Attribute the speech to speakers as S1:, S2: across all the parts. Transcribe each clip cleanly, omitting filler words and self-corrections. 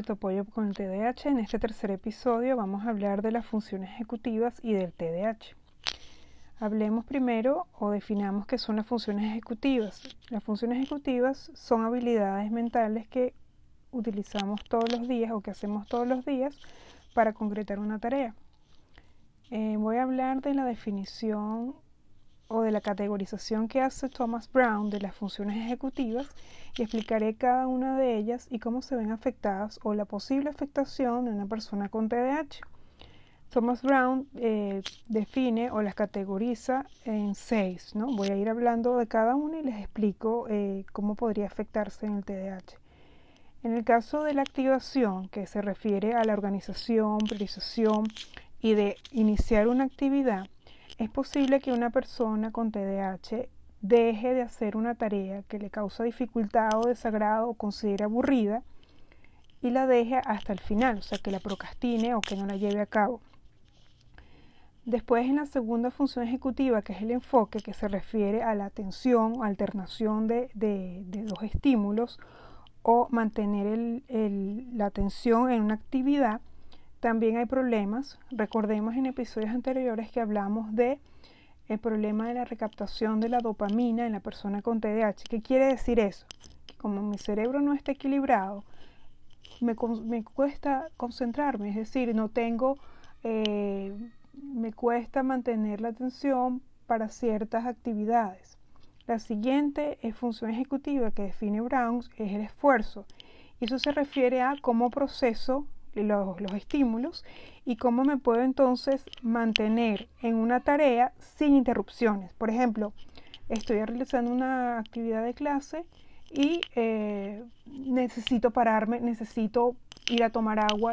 S1: tu apoyo con el TDAH. En este tercer episodio vamos a hablar de las funciones ejecutivas y del TDAH. Hablemos primero o definamos qué son las funciones ejecutivas. Las funciones ejecutivas son habilidades mentales que utilizamos todos los días o que hacemos todos los días para concretar una tarea. Voy a hablar de la definición o de la categorización que hace Thomas Brown de las funciones ejecutivas y explicaré cada una de ellas y cómo se ven afectadas o la posible afectación de una persona con TDAH. Thomas Brown define o las categoriza en 6, ¿no? Voy a ir hablando de cada una y les explico cómo podría afectarse en el TDAH. En el caso de la activación, que se refiere a la organización, priorización y de iniciar una actividad, es posible que una persona con TDAH deje de hacer una tarea que le causa dificultad o desagrado o considere aburrida y la deje hasta el final, o sea, que la procrastine o que no la lleve a cabo. Después, en la segunda función ejecutiva, que es el enfoque, que se refiere a la atención o alternación de dos estímulos o mantener la atención en una actividad, también hay problemas. Recordemos en episodios anteriores que hablamos de el problema de la recaptación de la dopamina en la persona con TDAH. ¿Qué quiere decir eso? Que como mi cerebro no está equilibrado, me cuesta concentrarme, es decir, me cuesta mantener la atención para ciertas actividades. La siguiente función ejecutiva que define Brown es el esfuerzo. Y eso se refiere a cómo proceso los estímulos y cómo me puedo entonces mantener en una tarea sin interrupciones. Por ejemplo, estoy realizando una actividad de clase y necesito pararme, necesito ir a tomar agua,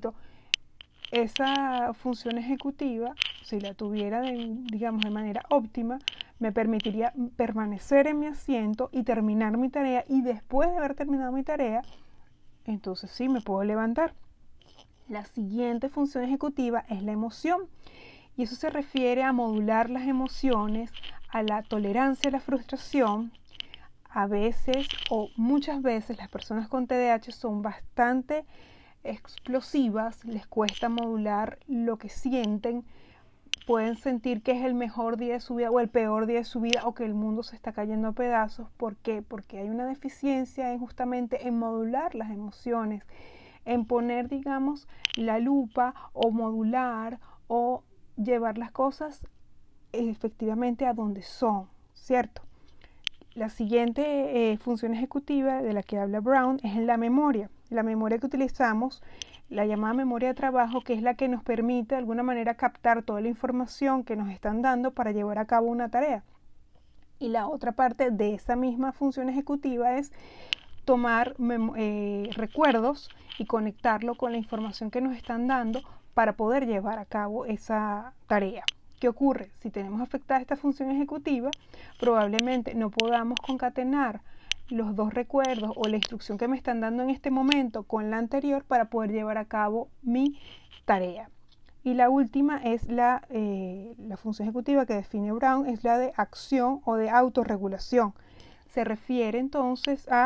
S1: esa función ejecutiva, si la tuviera de manera óptima, me permitiría permanecer en mi asiento y terminar mi tarea, y después de haber terminado mi tarea, entonces sí me puedo levantar. La siguiente función ejecutiva es la emoción, y eso se refiere a modular las emociones, a la tolerancia a la frustración. A veces o muchas veces las personas con TDAH son bastante explosivas, les cuesta modular lo que sienten, pueden sentir que es el mejor día de su vida o el peor día de su vida o que el mundo se está cayendo a pedazos. ¿Por qué? Porque hay una deficiencia justamente en modular las emociones, en poner, digamos, la lupa o modular o llevar las cosas efectivamente a donde son, ¿cierto? La siguiente función ejecutiva de la que habla Brown es en la memoria. La memoria que utilizamos, la llamada memoria de trabajo, que es la que nos permite de alguna manera captar toda la información que nos están dando para llevar a cabo una tarea. Y la otra parte de esa misma función ejecutiva es tomar recuerdos y conectarlo con la información que nos están dando para poder llevar a cabo esa tarea. ¿Qué ocurre? Si tenemos afectada esta función ejecutiva, probablemente no podamos concatenar los dos recuerdos o la instrucción que me están dando en este momento con la anterior para poder llevar a cabo mi tarea. Y la última es la función ejecutiva que define Brown, es la de acción o de autorregulación. Se refiere entonces a,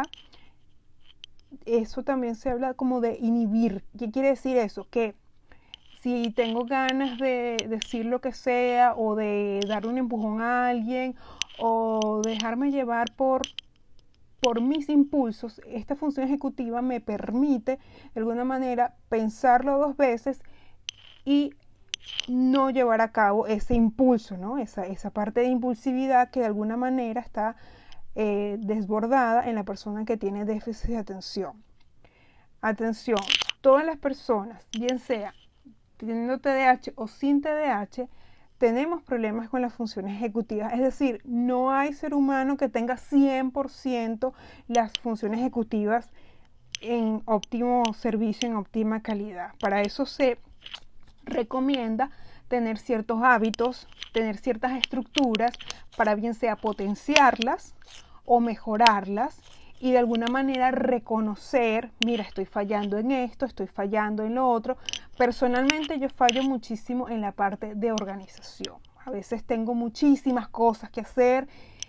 S1: eso también se habla como de inhibir. ¿Qué quiere decir eso? Que si tengo ganas de decir lo que sea o de dar un empujón a alguien o dejarme llevar por mis impulsos, esta función ejecutiva me permite de alguna manera pensarlo 2 veces y no llevar a cabo ese impulso, ¿no? Esa parte de impulsividad que de alguna manera está desbordada en la persona que tiene déficit de atención. Atención, todas las personas, bien sea teniendo TDAH o sin TDAH, tenemos problemas con las funciones ejecutivas. Es decir, no hay ser humano que tenga 100% las funciones ejecutivas en óptimo servicio, en óptima calidad. Para eso se recomienda tener ciertos hábitos, tener ciertas estructuras para bien sea potenciarlas o mejorarlas y de alguna manera reconocer, mira, estoy fallando en esto, estoy fallando en lo otro. Personalmente yo fallo muchísimo en la parte de organización. A veces tengo muchísimas cosas que hacer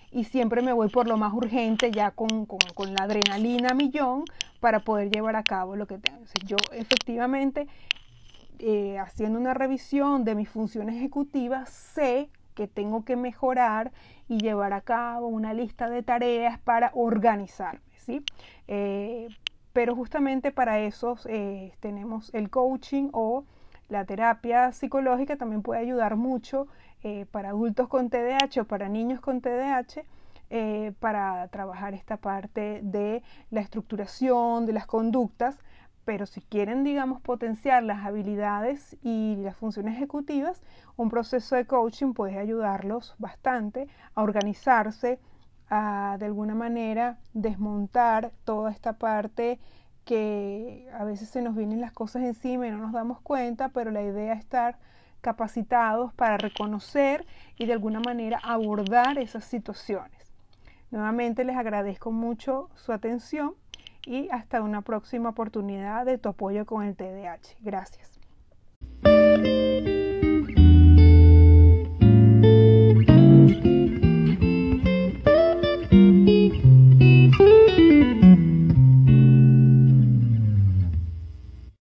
S1: y siempre me voy por lo más urgente, ya con la adrenalina a millón, para poder llevar a cabo lo que tengo. Entonces, yo efectivamente, haciendo una revisión de mis funciones ejecutivas, sé que tengo que mejorar y llevar a cabo una lista de tareas para organizarme, ¿sí? Pero justamente para eso tenemos el coaching, o la terapia psicológica también puede ayudar mucho para adultos con TDAH o para niños con TDAH, para trabajar esta parte de la estructuración de las conductas. Pero si quieren, digamos, potenciar las habilidades y las funciones ejecutivas, un proceso de coaching puede ayudarlos bastante a organizarse, a de alguna manera desmontar toda esta parte que a veces se nos vienen las cosas encima y no nos damos cuenta, pero la idea es estar capacitados para reconocer y de alguna manera abordar esas situaciones. Nuevamente les agradezco mucho su atención y hasta una próxima oportunidad de tu apoyo con el TDAH. Gracias.